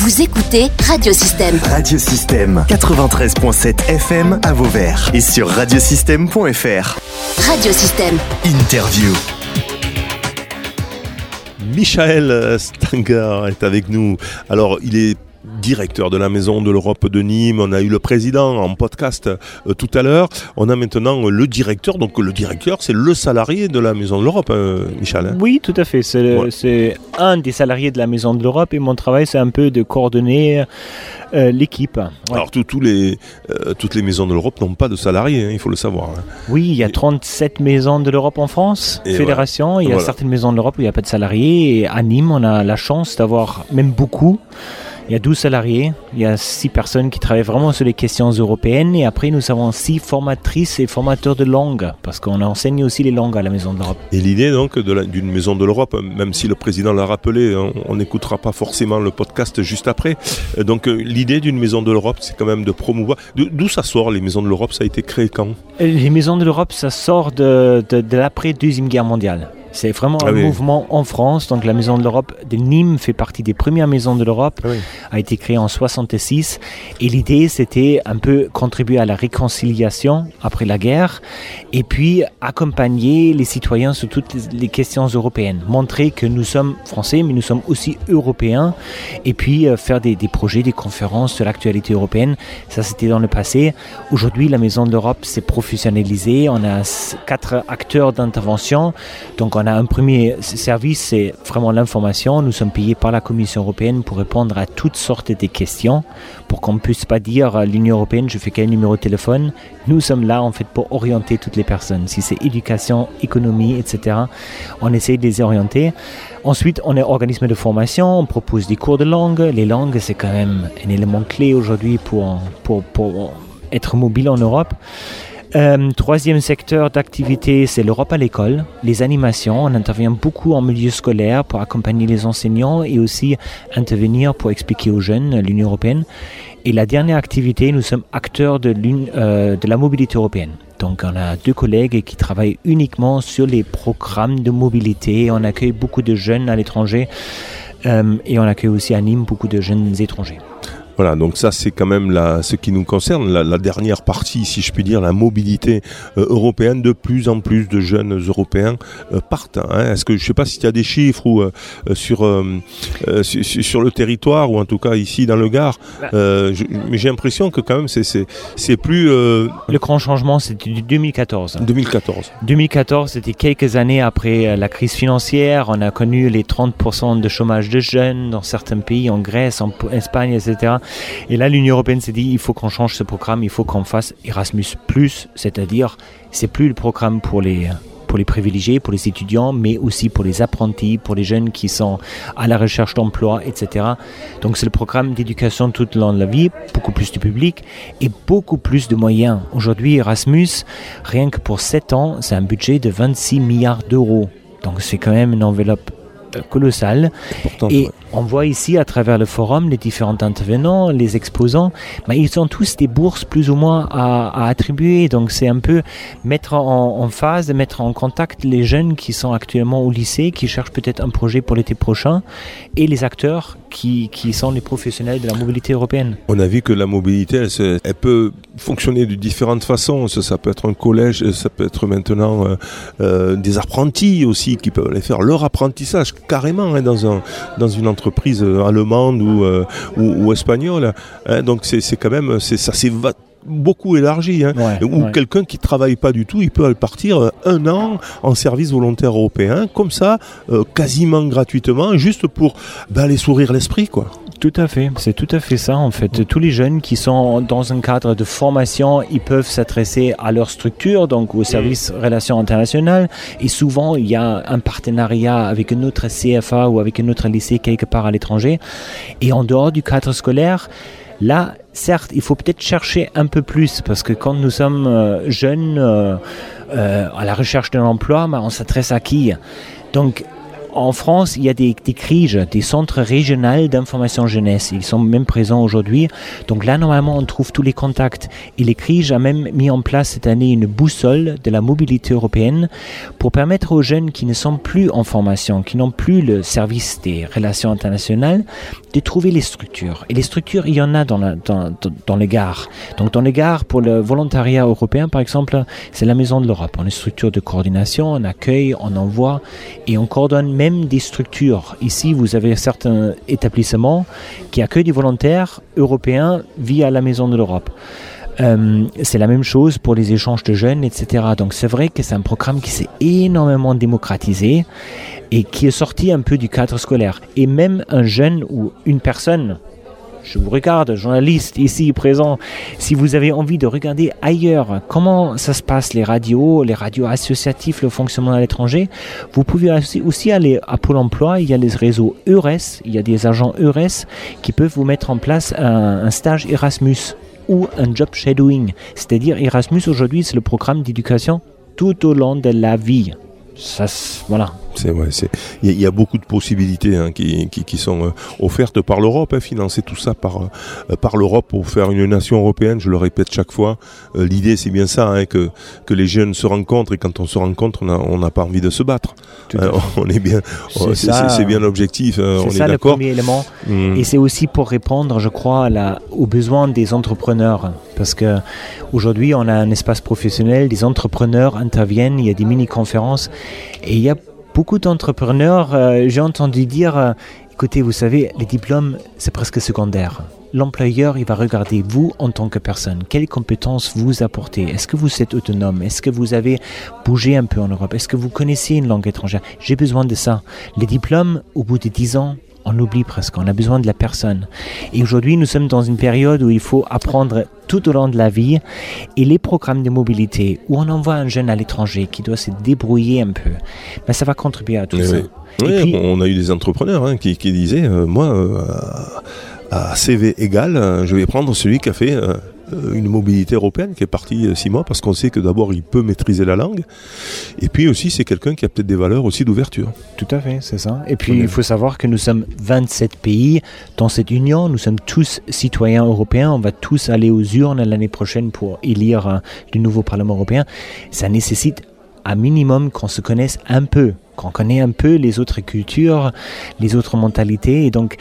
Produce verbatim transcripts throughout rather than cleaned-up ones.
Vous écoutez Radiosystème. Radiosystème quatre-vingt-treize virgule sept F M à Vauvert et sur radiosystème point f r. Radiosystème. Interview. Michael Stanger est avec nous. Alors, il est directeur de la Maison de l'Europe de Nîmes. On a eu le président en podcast euh, tout à l'heure. On a maintenant le directeur. Donc le directeur, c'est le salarié de la Maison de l'Europe, euh, Michel. Hein? Oui, tout à fait. C'est, le, ouais. c'est un des salariés de la Maison de l'Europe et mon travail, c'est un peu de coordonner euh, l'équipe. Ouais. Alors tout, tout les, euh, toutes les maisons de l'Europe n'ont pas de salariés, hein, il faut le savoir. Hein. Oui, il y a trente-sept maisons de l'Europe en France, et fédération. Voilà. Il y a voilà. certaines maisons de l'Europe où il n'y a pas de salariés. Et à Nîmes, on a la chance d'avoir même beaucoup. Il y a douze salariés, il y a six personnes qui travaillent vraiment sur les questions européennes et après nous avons six formatrices et formateurs de langue parce qu'on enseigne aussi les langues à la Maison de l'Europe. Et l'idée donc de la, d'une Maison de l'Europe, même si le président l'a rappelé, on n'écoutera pas forcément le podcast juste après, donc l'idée d'une Maison de l'Europe c'est quand même de promouvoir, d'où ça sort les Maisons de l'Europe, ça a été créé quand ? Les Maisons de l'Europe ça sort de, de, de l'après-deuxième guerre mondiale. C'est vraiment ah un oui. mouvement en France. Donc la Maison de l'Europe de Nîmes fait partie des premières maisons de l'Europe. Ah oui. A été créée en soixante-six. Et l'idée, c'était un peu contribuer à la réconciliation après la guerre. Et puis accompagner les citoyens sur toutes les questions européennes. Montrer que nous sommes français, mais nous sommes aussi européens. Et puis euh, faire des, des projets, des conférences sur l'actualité européenne. Ça, c'était dans le passé. Aujourd'hui, la Maison de l'Europe s'est professionnalisée. On a quatre acteurs d'intervention. Donc on On a un premier service, c'est vraiment l'information. Nous sommes payés par la Commission européenne pour répondre à toutes sortes de questions, pour qu'on ne puisse pas dire à l'Union européenne, je fais quel numéro de téléphone. Nous sommes là en fait pour orienter toutes les personnes. Si c'est éducation, économie, et cetera, on essaie de les orienter. Ensuite, on est organisme de formation, on propose des cours de langue. Les langues, c'est quand même un élément clé aujourd'hui pour, pour, pour être mobile en Europe. Euh, troisième secteur d'activité, c'est l'Europe à l'école, les animations. On intervient beaucoup en milieu scolaire pour accompagner les enseignants et aussi intervenir pour expliquer aux jeunes l'Union européenne. Et la dernière activité, nous sommes acteurs de, euh, de la mobilité européenne. Donc on a deux collègues qui travaillent uniquement sur les programmes de mobilité. On accueille beaucoup de jeunes à l'étranger euh, et on accueille aussi à Nîmes beaucoup de jeunes étrangers. Voilà, donc ça c'est quand même la, ce qui nous concerne, la, la dernière partie, si je puis dire, la mobilité euh, européenne. De plus en plus de jeunes Européens euh, partent. Hein. Est-ce que je ne sais pas s'il y a des chiffres ou, euh, sur, euh, euh, sur, sur le territoire ou en tout cas ici dans le Gard, euh, je, mais j'ai l'impression que quand même c'est, c'est, c'est plus... Euh... Le grand changement c'était du deux mille quatorze. deux mille quatorze. deux mille quatorze, c'était quelques années après la crise financière. On a connu les trente pour cent de chômage de jeunes dans certains pays, en Grèce, en Espagne, et cetera. Et là, l'Union européenne s'est dit, il faut qu'on change ce programme, il faut qu'on fasse Erasmus plus, c'est-à-dire, c'est plus le programme pour les, pour les privilégiés, pour les étudiants, mais aussi pour les apprentis, pour les jeunes qui sont à la recherche d'emploi, et cetera. Donc, c'est le programme d'éducation tout au long de la vie, beaucoup plus de public et beaucoup plus de moyens. Aujourd'hui, Erasmus, rien que pour sept ans, c'est un budget de vingt-six milliards d'euros. Donc, c'est quand même une enveloppe colossale. Et on voit ici à travers le forum les différents intervenants, les exposants, mais ils ont tous des bourses plus ou moins à, à attribuer. Donc c'est un peu mettre en, en phase, mettre en contact les jeunes qui sont actuellement au lycée, qui cherchent peut-être un projet pour l'été prochain, et les acteurs qui, qui sont les professionnels de la mobilité européenne. On a vu que la mobilité, elle, se, elle peut fonctionner de différentes façons. Ça, ça peut être un collège, ça peut être maintenant euh, euh, des apprentis aussi qui peuvent aller faire leur apprentissage carrément hein, dans, un, dans une entreprise allemande ou, euh, ou, ou espagnole. Hein, donc c'est, c'est quand même, c'est, ça s'est va- beaucoup élargi. Hein, ouais, ou ouais. Quelqu'un qui ne travaille pas du tout, il peut aller partir un an en service volontaire européen, comme ça, euh, quasiment gratuitement, juste pour ben, aller sourire l'esprit, quoi. Tout à fait, c'est tout à fait ça en fait. Tous les jeunes qui sont dans un cadre de formation, ils peuvent s'adresser à leur structure, donc au service relations internationales, et souvent il y a un partenariat avec un autre C F A ou avec un autre lycée quelque part à l'étranger. Et en dehors du cadre scolaire, là, certes, il faut peut-être chercher un peu plus, parce que quand nous sommes euh, jeunes euh, euh, à la recherche d'un emploi, bah, on s'adresse à qui ? Donc, En France, il y a des, des C R I G, des centres régionaux d'information jeunesse. Ils sont même présents aujourd'hui. Donc là, normalement, on trouve tous les contacts. Et les C R I G a même mis en place cette année une boussole de la mobilité européenne pour permettre aux jeunes qui ne sont plus en formation, qui n'ont plus le service des relations internationales, de trouver les structures. Et les structures, il y en a dans, la, dans, dans, dans les gares. Donc dans les gares, pour le volontariat européen, par exemple, c'est la Maison de l'Europe. On a une structure de coordination, on accueille, on envoie et on coordonne même Même des structures. Ici, vous avez certains établissements qui accueillent des volontaires européens via la Maison de l'Europe. Euh, c'est la même chose pour les échanges de jeunes, et cetera. Donc c'est vrai que c'est un programme qui s'est énormément démocratisé et qui est sorti un peu du cadre scolaire. Et même un jeune ou une personne, je vous regarde, journaliste ici présent, si vous avez envie de regarder ailleurs comment ça se passe, les radios, les radios associatives, le fonctionnement à l'étranger, vous pouvez aussi, aussi aller à Pôle emploi. Il y a les réseaux EURES, il y a des agents EURES qui peuvent vous mettre en place un, un stage Erasmus ou un job shadowing. C'est-à-dire Erasmus aujourd'hui, c'est le programme d'éducation tout au long de la vie. Ça, voilà. C'est ouais, c'est il y, y a beaucoup de possibilités hein, qui, qui qui sont euh, offertes par l'Europe, hein, financer tout ça par euh, par l'Europe pour faire une nation européenne. Je le répète chaque fois. Euh, l'idée, c'est bien ça, hein, que que les jeunes se rencontrent et quand on se rencontre, on a on n'a pas envie de se battre. Euh, on est bien, c'est, c'est, ça, c'est, c'est bien l'objectif. Hein, c'est on ça est le d'accord. premier élément. Mmh. Et c'est aussi pour répondre, je crois, à la, aux besoins des entrepreneurs, parce que aujourd'hui, on a un espace professionnel, des entrepreneurs interviennent, il y a des mini-conférences et il y a beaucoup d'entrepreneurs, euh, j'ai entendu dire, euh, écoutez, vous savez, les diplômes, c'est presque secondaire. L'employeur, il va regarder vous en tant que personne. Quelles compétences vous apportez? Est-ce que vous êtes autonome? Est-ce que vous avez bougé un peu en Europe? Est-ce que vous connaissez une langue étrangère? J'ai besoin de ça. Les diplômes, au bout de dix ans, on oublie presque, on a besoin de la personne. Et aujourd'hui, nous sommes dans une période où il faut apprendre tout au long de la vie. Et les programmes de mobilité, où on envoie un jeune à l'étranger qui doit se débrouiller un peu, ben ça va contribuer à tout oui, ça. Oui, Et oui puis, bon, on a eu des entrepreneurs hein, qui, qui disaient, euh, moi, euh, à C V égal, euh, je vais prendre celui qui a fait... Euh, une mobilité européenne qui est partie six mois parce qu'on sait que d'abord il peut maîtriser la langue et puis aussi c'est quelqu'un qui a peut-être des valeurs aussi d'ouverture. Tout à fait, c'est ça. Et puis il faut savoir que nous sommes vingt-sept pays dans cette union, nous sommes tous citoyens européens, on va tous aller aux urnes l'année prochaine pour élire euh, le nouveau Parlement européen. Ça nécessite un minimum qu'on se connaisse un peu, qu'on connaisse un peu les autres cultures, les autres mentalités et donc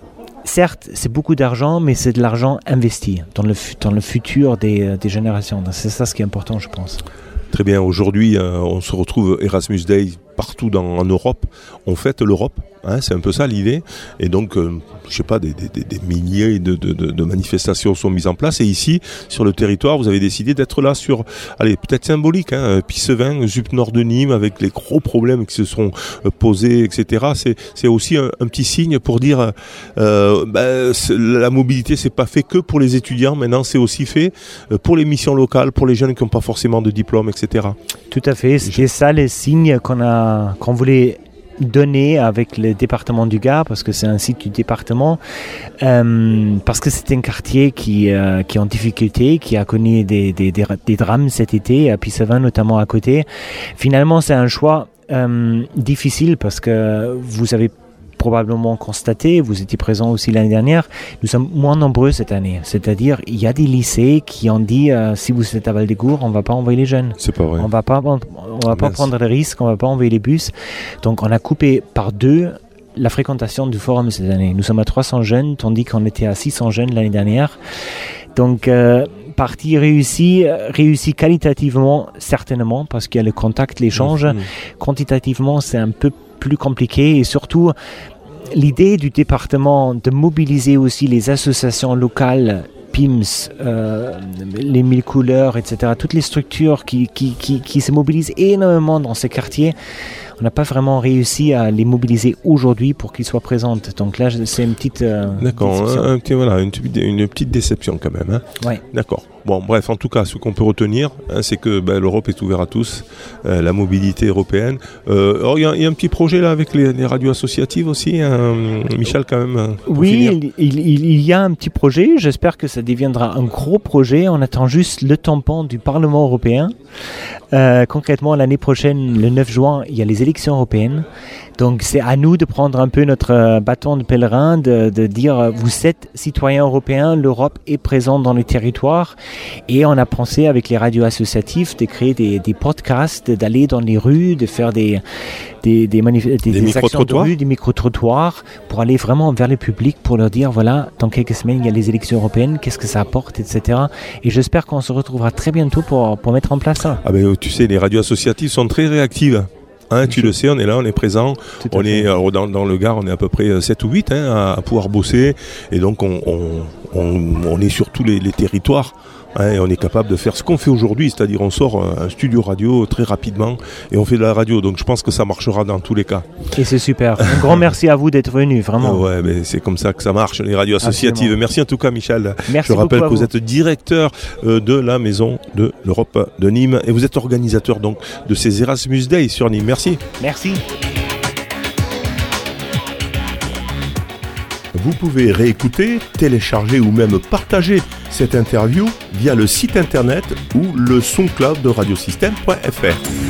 certes, c'est beaucoup d'argent, mais c'est de l'argent investi dans le, dans le futur des, des générations. Donc c'est ça ce qui est important, je pense. Très bien. Aujourd'hui, euh, on se retrouve Erasmus Day partout dans, en Europe. On fête l'Europe. Hein, c'est un peu ça l'idée. Et donc, euh, je sais pas, des, des, des milliers de, de, de manifestations sont mises en place. Et ici, sur le territoire, vous avez décidé d'être là sur, allez, peut-être symbolique, hein, Pissevin, Zup Nord de Nîmes, avec les gros problèmes qui se sont euh, posés, et cetera. C'est, c'est aussi un, un petit signe pour dire, euh, ben, la mobilité, c'est pas fait que pour les étudiants. Maintenant, c'est aussi fait pour les missions locales, pour les jeunes qui n'ont pas forcément de diplôme, et cetera. Tout à fait. C'était ça les signes qu'on a, qu'on voulait donné avec le département du Gard, parce que c'est un site du département, euh, parce que c'est un quartier qui, euh, qui est en difficulté, qui a connu des, des, des, des drames cet été, à Pissevin notamment à côté. Finalement, c'est un choix euh, difficile parce que vous avez probablement constaté, vous étiez présent aussi l'année dernière, nous sommes moins nombreux cette année. C'est-à-dire, il y a des lycées qui ont dit euh, si vous êtes à Val-des-Gours, on ne va pas envoyer les jeunes. C'est pas vrai. On va pas, on, on va pas prendre le risque, on ne va pas envoyer les bus. Donc, on a coupé par deux la fréquentation du forum cette année. Nous sommes à trois cents jeunes, tandis qu'on était à six cents jeunes l'année dernière. Donc, euh, partie réussie, réussie qualitativement, certainement, parce qu'il y a le contact, l'échange. Mmh. Quantitativement, c'est un peu plus compliqué et surtout l'idée du département de mobiliser aussi les associations locales, P I M S, euh, les mille couleurs, et cetera, toutes les structures qui, qui, qui, qui se mobilisent énormément dans ces quartiers. On n'a pas vraiment réussi à les mobiliser aujourd'hui pour qu'ils soient présents. Donc là, c'est une petite euh, D'accord, déception. Un, un petit, voilà, une, une petite déception quand même. Hein. Ouais. D'accord. Bon, bref, en tout cas, ce qu'on peut retenir, hein, c'est que ben, l'Europe est ouverte à tous, euh, la mobilité européenne. Euh, alors, il y, y a un petit projet là avec les, les radios associatives aussi, hein, Michel, quand même. Oui, il, il, il y a un petit projet. J'espère que ça deviendra un gros projet. On attend juste le tampon du Parlement européen. Euh, concrètement, l'année prochaine, le neuf juin, il y a les élections européennes. Donc c'est à nous de prendre un peu notre bâton de pèlerin, de, de dire vous êtes citoyens européens, l'Europe est présente dans les territoires. Et on a pensé avec les radios associatives de créer des, des podcasts, d'aller dans les rues, de faire des, des, des, manif- des, des, des actions de rue, des micro-trottoirs, pour aller vraiment vers le public, pour leur dire voilà, dans quelques semaines, il y a les élections européennes, qu'est-ce que ça apporte, et cetera. Et j'espère qu'on se retrouvera très bientôt pour, pour mettre en place ça. Ah ben, tu sais, les radios associatives sont très réactives. Hein, tu le sais, on est là, on est présent, on est alors, dans, dans le Gard, on est à peu près sept ou huit hein, à, à pouvoir bosser, et donc on, on, on, on est sur tous les, les territoires. Hein, et on est capable de faire ce qu'on fait aujourd'hui, c'est-à-dire on sort un studio radio très rapidement et on fait de la radio, donc je pense que ça marchera dans tous les cas. Et c'est super, un grand merci à vous d'être venu, vraiment. Ah ouais, mais c'est comme ça que ça marche, les radios associatives. Absolument. Merci en tout cas Michel. Merci je rappelle que vous. vous êtes directeur euh, de la Maison de l'Europe de Nîmes et vous êtes organisateur donc de ces Erasmus Day sur Nîmes. Merci. Merci. Vous pouvez réécouter, télécharger ou même partager cette interview via le site internet ou le SoundCloud de radiosystème point f r.